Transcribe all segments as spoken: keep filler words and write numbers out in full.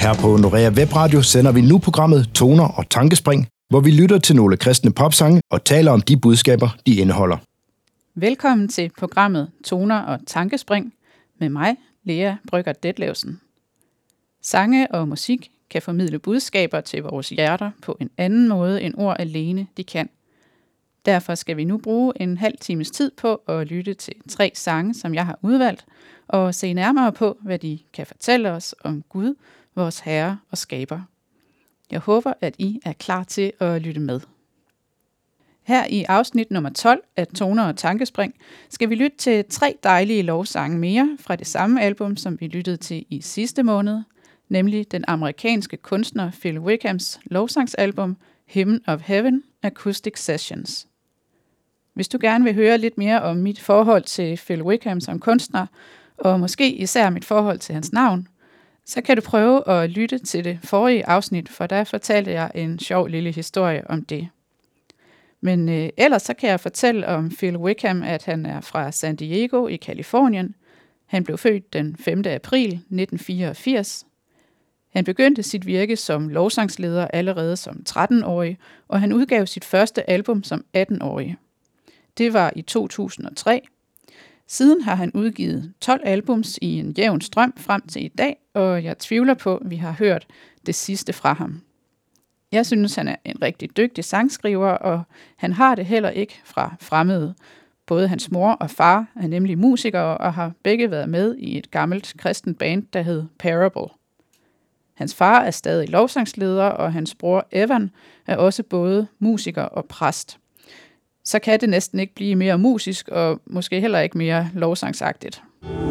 Her på Norea Webradio sender vi nu programmet Toner og Tankespring, hvor vi lytter til nogle kristne popsange og taler om de budskaber, de indeholder. Velkommen til programmet Toner og Tankespring med mig, Lea Brøgger Detlevsen. Sange og musik kan formidle budskaber til vores hjerter på en anden måde end ord alene de kan. Derfor skal vi nu bruge en halv times tid på at lytte til tre sange, som jeg har udvalgt, og se nærmere på, hvad de kan fortælle os om Gud, vores Herre og Skaber. Jeg håber, at I er klar til at lytte med. Her i afsnit nummer tolv af Toner og Tankespring skal vi lytte til tre dejlige lovsange mere fra det samme album, som vi lyttede til i sidste måned, nemlig den amerikanske kunstner Phil Wickhams lovsangsalbum Hymn of Heaven Acoustic Sessions. Hvis du gerne vil høre lidt mere om mit forhold til Phil Wickham som kunstner, og måske især mit forhold til hans navn, så kan du prøve at lytte til det forrige afsnit, for der fortalte jeg en sjov lille historie om det. Men øh, ellers så kan jeg fortælle om Phil Wickham, at han er fra San Diego i Californien. Han blev født den femte april nitten fireogfirs. Han begyndte sit virke som lovsangsleder allerede som tretten-årig, og han udgav sit første album som atten-årig. Det var i to tusind og tre. Siden har han udgivet tolv albums i en jævn strøm frem til i dag, og jeg tvivler på, at vi har hørt det sidste fra ham. Jeg synes, han er en rigtig dygtig sangskriver, og han har det heller ikke fra fremmede. Både hans mor og far er nemlig musikere og har begge været med i et gammelt kristent band, der hed Parable. Hans far er stadig lovsangsleder, og hans bror Evan er også både musiker og præst. Så kan det næsten ikke blive mere musisk, og måske heller ikke mere lovsangsagtigt.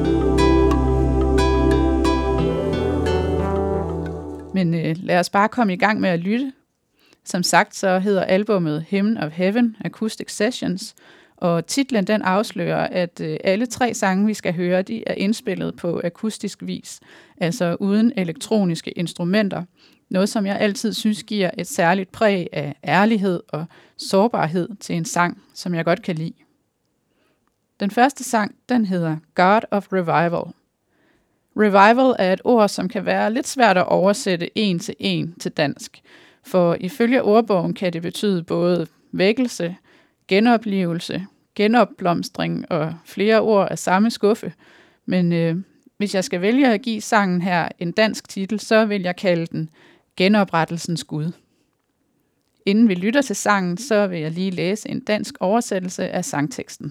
Men øh, lad os bare komme i gang med at lytte. Som sagt, så hedder albummet Hymn of Heaven Acoustic Sessions, og titlen den afslører, at øh, alle tre sange, vi skal høre, de er indspillet på akustisk vis, altså uden elektroniske instrumenter. Noget, som jeg altid synes giver et særligt præg af ærlighed og sårbarhed til en sang, som jeg godt kan lide. Den første sang, den hedder God of Revival. Revival er et ord, som kan være lidt svært at oversætte en til en til dansk, for ifølge ordbogen kan det betyde både vækkelse, genoplevelse, genopblomstring og flere ord af samme skuffe. Men øh, hvis jeg skal vælge at give sangen her en dansk titel, så vil jeg kalde den Genoprettelsens Gud. Inden vi lytter til sangen, så vil jeg lige læse en dansk oversættelse af sangteksten.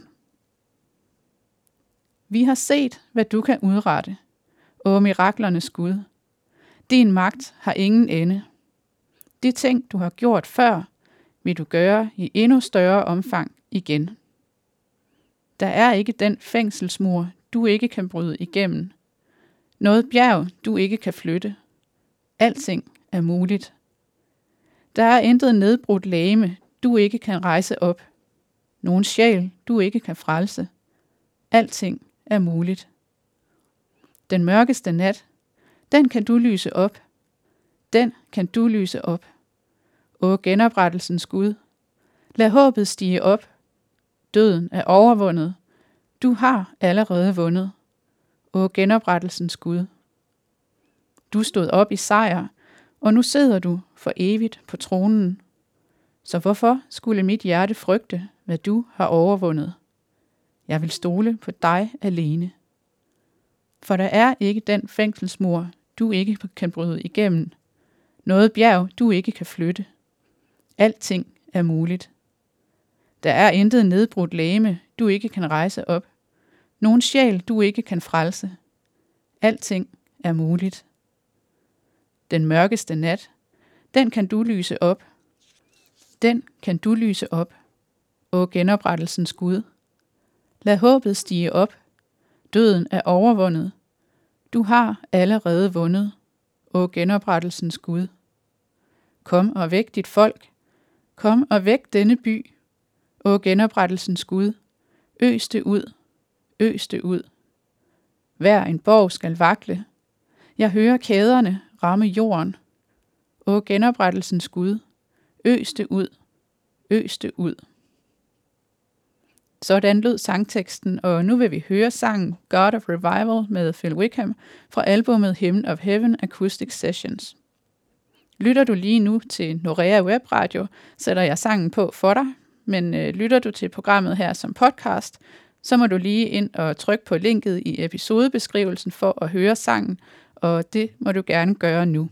Vi har set, hvad du kan udrette, o miraklernes Gud. Din magt har ingen ende. De ting, du har gjort før, vil du gøre i endnu større omfang igen. Der er ikke den fængselsmur, du ikke kan bryde igennem. Noget bjerg, du ikke kan flytte. Alting er muligt. Der er intet nedbrudt legeme, du ikke kan rejse op. Nogen sjæl, du ikke kan frelse. Alting er muligt. Den mørkeste nat, den kan du lyse op. Den kan du lyse op. O genoprettelsens Gud, lad håbet stige op. Døden er overvundet. Du har allerede vundet. O genoprettelsens Gud. Du stod op i sejr, og nu sidder du for evigt på tronen. Så hvorfor skulle mit hjerte frygte, hvad du har overvundet? Jeg vil stole på dig alene. For der er ikke den fængselsmur, du ikke kan bryde igennem. Noget bjerg, du ikke kan flytte. Alting er muligt. Der er intet nedbrudt legeme, du ikke kan rejse op. Nogen sjæl, du ikke kan frelse. Alting er muligt. Den mørkeste nat, den kan du lyse op. Den kan du lyse op. O genoprettelsens Gud. Lad håbet stige op. Døden er overvundet. Du har allerede vundet. O genoprettelsens Gud. Kom og væk dit folk. Kom og væk denne by. O genoprettelsens Gud. Øs det ud. Øs det ud. Hver en borg skal vakle. Jeg hører kæderne ramme jorden. O genoprettelsens Gud. Øs det ud. Øs det ud. Sådan lød sangteksten, og nu vil vi høre sangen God of Revival med Phil Wickham fra albumet Hymn of Heaven Acoustic Sessions. Lytter du lige nu til Norea Webradio, sætter jeg sangen på for dig, men øh, lytter du til programmet her som podcast, så må du lige ind og trykke på linket i episodebeskrivelsen for at høre sangen, og det må du gerne gøre nu.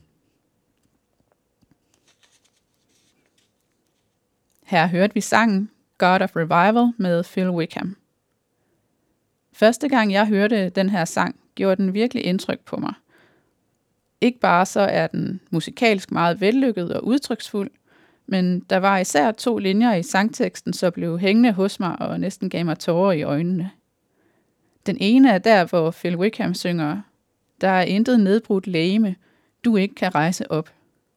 Her hørte vi sangen God of Revival med Phil Wickham. Første gang jeg hørte den her sang, gjorde den virkelig indtryk på mig. Ikke bare så er den musikalsk meget vellykket og udtryksfuld, men der var især to linjer i sangteksten, som blev hængende hos mig og næsten gav mig tårer i øjnene. Den ene er der, hvor Phil Wickham synger, der er intet nedbrudt legeme, du ikke kan rejse op.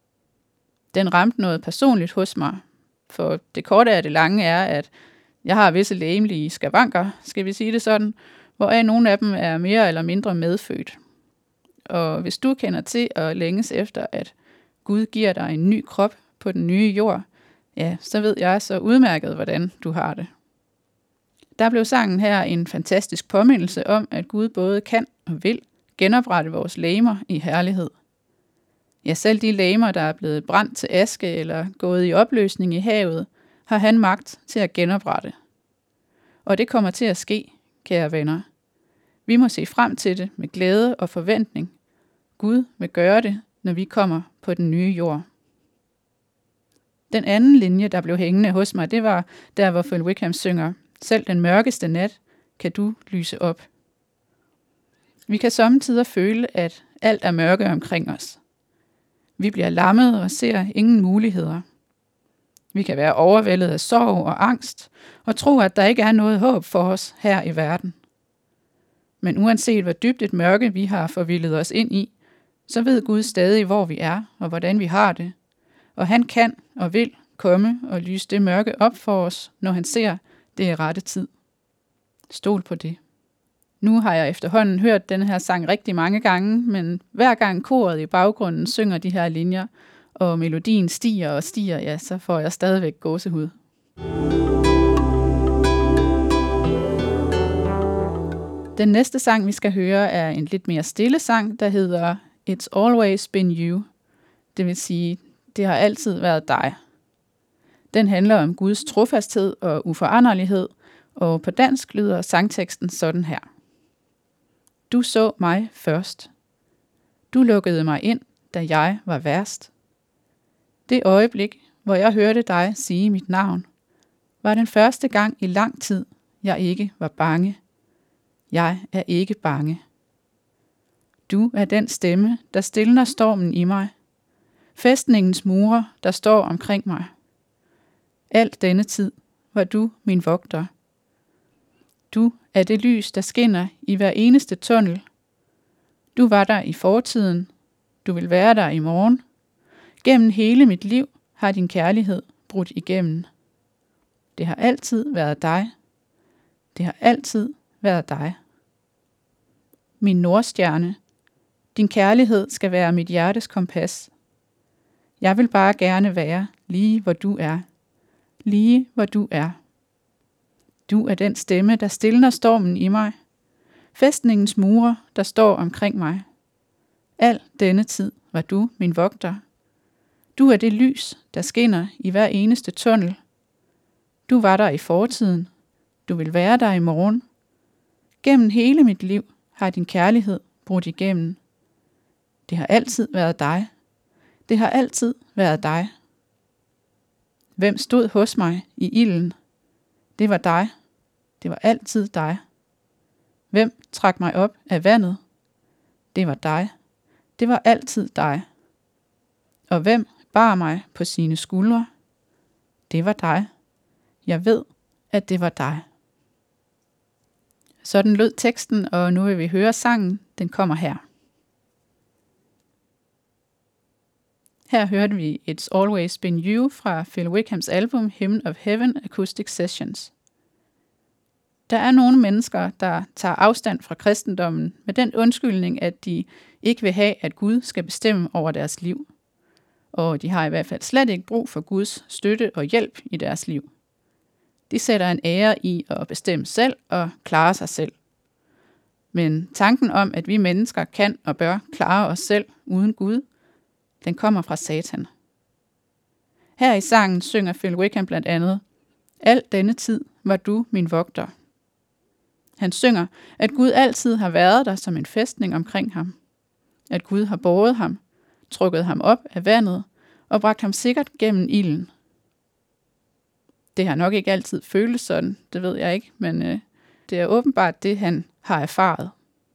Den ramte noget personligt hos mig, for det korte af det lange er, at jeg har visse legemlige skavanker, skal vi sige det sådan, hvoraf nogle af dem er mere eller mindre medfødt. Og hvis du kender til og længes efter, at Gud giver dig en ny krop på den nye jord, ja, så ved jeg så udmærket, hvordan du har det. Der blev sangen her en fantastisk påmindelse om, at Gud både kan og vil genoprette vores legemer i herlighed. Ja, selv de legemer, der er blevet brændt til aske eller gået i opløsning i havet, har han magt til at genoprette. Og det kommer til at ske, kære venner. Vi må se frem til det med glæde og forventning. Gud vil gøre det, når vi kommer på den nye jord. Den anden linje, der blev hængende hos mig, det var der, hvor Phil Wickham synger, selv den mørkeste nat kan du lyse op. Vi kan sommetider føle, at alt er mørke omkring os. Vi bliver lammet og ser ingen muligheder. Vi kan være overvældet af sorg og angst og tro, at der ikke er noget håb for os her i verden. Men uanset hvor dybt et mørke vi har forvildet os ind i, så ved Gud stadig, hvor vi er og hvordan vi har det. Og han kan og vil komme og lyse det mørke op for os, når han ser, det er rette tid. Stol på det. Nu har jeg efterhånden hørt den her sang rigtig mange gange, men hver gang koret i baggrunden synger de her linjer, og melodien stiger og stiger, ja, så får jeg stadigvæk gåsehud. Den næste sang, vi skal høre, er en lidt mere stille sang, der hedder It's Always Been You. Det vil sige, det har altid været dig. Den handler om Guds trofasthed og uforanderlighed, og på dansk lyder sangteksten sådan her. Du så mig først. Du lukkede mig ind, da jeg var værst. Det øjeblik, hvor jeg hørte dig sige mit navn, var den første gang i lang tid, jeg ikke var bange. Jeg er ikke bange. Du er den stemme, der stilner stormen i mig. Fæstningens mure, der står omkring mig. Alt denne tid var du min vogter. Du er det lys, der skinner i hver eneste tunnel. Du var der i fortiden. Du vil være der i morgen. Gennem hele mit liv har din kærlighed brudt igennem. Det har altid været dig. Det har altid været dig. Min nordstjerne. Din kærlighed skal være mit hjertes kompas. Jeg vil bare gerne være lige hvor du er. Lige hvor du er. Du er den stemme, der stilner stormen i mig. Fæstningens mure, der står omkring mig. Al denne tid var du min vogter. Du er det lys, der skinner i hver eneste tunnel. Du var der i fortiden. Du vil være der i morgen. Gennem hele mit liv har din kærlighed brudt igennem. Det har altid været dig. Det har altid været dig. Hvem stod hos mig i ilden? Det var dig. Det var altid dig. Hvem trak mig op af vandet? Det var dig. Det var altid dig. Og hvem bar mig på sine skuldre? Det var dig. Jeg ved, at det var dig. Sådan lød teksten, og nu vil vi høre sangen. Den kommer her. Her hørte vi It's Always Been You fra Phil Wickhams album Hymn of Heaven Acoustic Sessions. Der er nogle mennesker, der tager afstand fra kristendommen med den undskyldning, at de ikke vil have, at Gud skal bestemme over deres liv. Og de har i hvert fald slet ikke brug for Guds støtte og hjælp i deres liv. de sætter en ære i at bestemme selv og klare sig selv. Men tanken om, at vi mennesker kan og bør klare os selv uden Gud, den kommer fra Satan. Her i sangen synger Phil Wickham blandt andet: Al denne tid var du min vogter. Han synger, at Gud altid har været der som en fæstning omkring ham. At Gud har båret ham, trukket ham op af vandet og bragt ham sikkert gennem ilden. Det har nok ikke altid føltes sådan, det ved jeg ikke, men øh, det er åbenbart det, han har erfaret.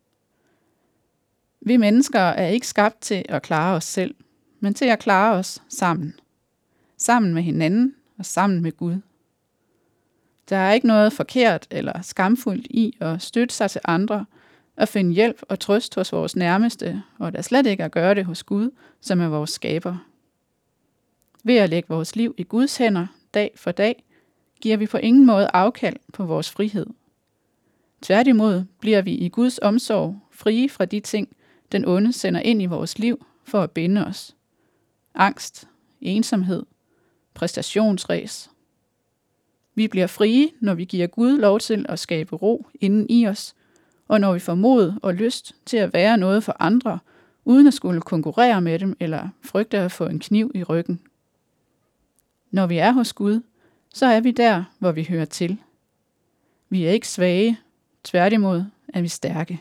Vi mennesker er ikke skabt til at klare os selv, men til at klare os sammen. Sammen med hinanden og sammen med Gud. Der er ikke noget forkert eller skamfuldt i at støtte sig til andre, at finde hjælp og trøst hos vores nærmeste, og da slet ikke at gøre det hos Gud, som er vores skaber. Ved at lægge vores liv i Guds hænder dag for dag, giver vi på ingen måde afkald på vores frihed. Tværtimod bliver vi i Guds omsorg frie fra de ting, den onde sender ind i vores liv for at binde os. Angst, ensomhed, præstationsræs. Vi bliver frie, når vi giver Gud lov til at skabe ro inden i os, og når vi får mod og lyst til at være noget for andre, uden at skulle konkurrere med dem eller frygte at få en kniv i ryggen. Når vi er hos Gud, så er vi der, hvor vi hører til. Vi er ikke svage, tværtimod er vi stærke.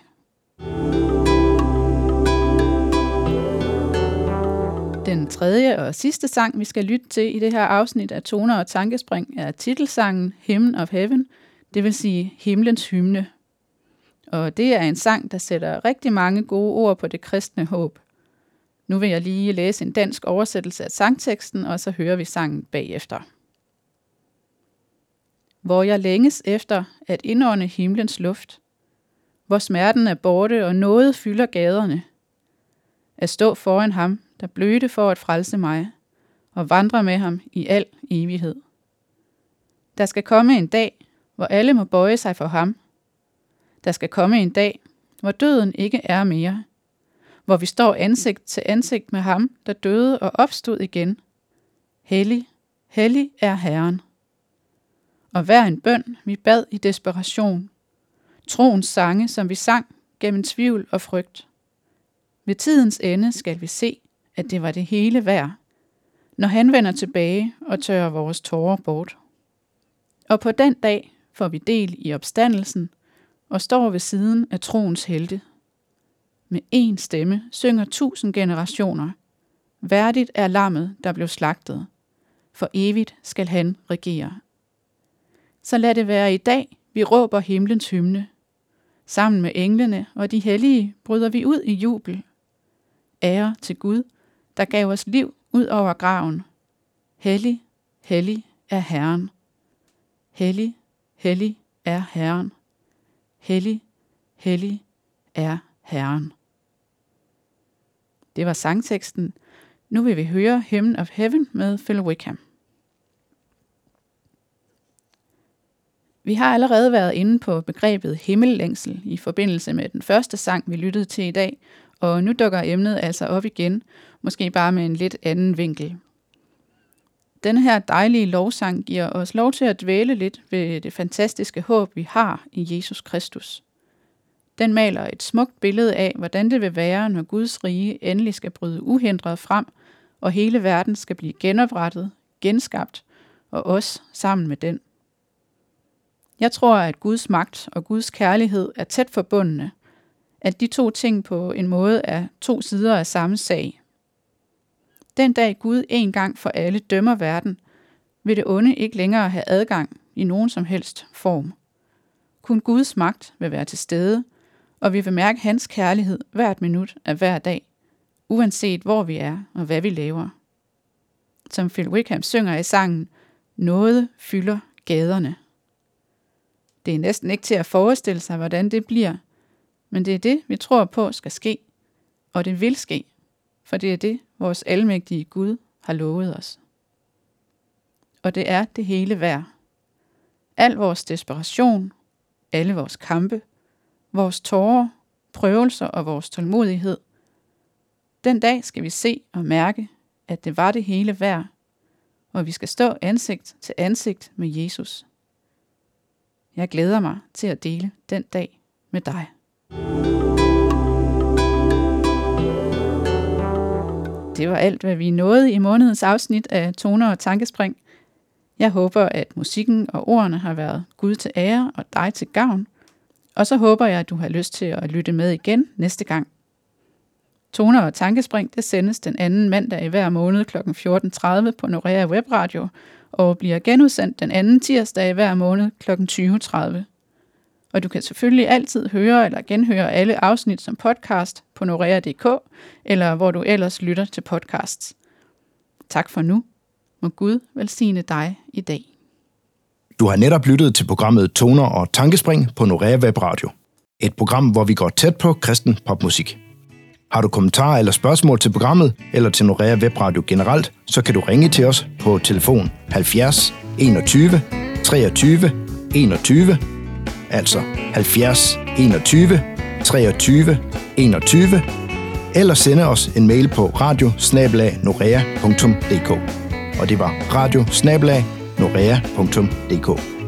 Den tredje og sidste sang, vi skal lytte til i det her afsnit af Toner og Tankespring, er titelsangen Hymn of Heaven, det vil sige himlens hymne. Og det er en sang, der sætter rigtig mange gode ord på det kristne håb. Nu vil jeg lige læse en dansk oversættelse af sangteksten, og så hører vi sangen bagefter. Hvor jeg længes efter at indånde himlens luft, hvor smerten er borte og noget fylder gaderne, at stå foran ham, der blødte for at frelse mig, og vandre med ham i al evighed. Der skal komme en dag, hvor alle må bøje sig for ham. Der skal komme en dag, hvor døden ikke er mere, hvor vi står ansigt til ansigt med ham, der døde og opstod igen. Hellig, hellig er Herren. Og hver en bøn, vi bad i desperation. Troens sange, som vi sang gennem tvivl og frygt. Ved tidens ende skal vi se, at det var det hele værd, når han vender tilbage og tørrer vores tårer bort. Og på den dag får vi del i opstandelsen og står ved siden af troens helte. Med én stemme synger tusind generationer. Værdigt er lammet, der blev slagtet. For evigt skal han regere. Så lad det være i dag, vi råber himlens hymne. Sammen med englene og de hellige bryder vi ud i jubel. Ære til Gud, der gav os liv ud over graven. Hellig, hellig er Herren. Hellig, hellig er Herren. Hellig, hellig er Herren. Det var sangteksten. Nu vil vi høre Hymn of Heaven med Phil Wickham. Vi har allerede været inde på begrebet himmellængsel i forbindelse med den første sang, vi lyttede til i dag, og nu dukker emnet altså op igen, måske bare med en lidt anden vinkel. Denne her dejlige lovsang giver os lov til at dvæle lidt ved det fantastiske håb, vi har i Jesus Kristus. Den maler et smukt billede af, hvordan det vil være, når Guds rige endelig skal bryde uhindret frem, og hele verden skal blive genoprettet, genskabt, og os sammen med den. Jeg tror, at Guds magt og Guds kærlighed er tæt forbundne, at de to ting på en måde er to sider af samme sag. Den dag Gud en gang for alle dømmer verden, vil det onde ikke længere have adgang i nogen som helst form. Kun Guds magt vil være til stede, og vi vil mærke hans kærlighed hvert minut af hver dag, uanset hvor vi er og hvad vi laver. Som Phil Wickham synger i sangen, noget fylder gaderne. Det er næsten ikke til at forestille sig, hvordan det bliver, men det er det, vi tror på skal ske, og det vil ske, for det er det, vores almægtige Gud har lovet os. Og det er det hele værd. Al vores desperation, alle vores kampe, vores tårer, prøvelser og vores tålmodighed. Den dag skal vi se og mærke, at det var det hele værd, og vi skal stå ansigt til ansigt med Jesus. Jeg glæder mig til at dele den dag med dig. Det var alt, hvad vi nåede i månedens afsnit af Toner og Tankespring. Jeg håber, at musikken og ordene har været Gud til ære og dig til gavn. Og så håber jeg, at du har lyst til at lytte med igen næste gang. Toner og Tankespring det sendes den anden mandag i hver måned kl. fjorten tredive på Norea Webradio og bliver genudsendt den anden tirsdag i hver måned kl. tyve tredive. Og du kan selvfølgelig altid høre eller genhøre alle afsnit som podcast på norea punktum d k eller hvor du ellers lytter til podcasts. Tak for nu. Må Gud velsigne dig i dag. Du har netop lyttet til programmet Toner og Tankespring på Norea Webradio. Et program, hvor vi går tæt på kristen popmusik. Har du kommentarer eller spørgsmål til programmet eller til Norea Webradio generelt, så kan du ringe til os på telefon halvfjerds enogtyve treogtyve enogtyve, altså halvfjerds enogtyve treogtyve enogtyve, eller sende os en mail på radio snabel-a norea punktum d k. Og det var radio snabel-a norea punktum d k.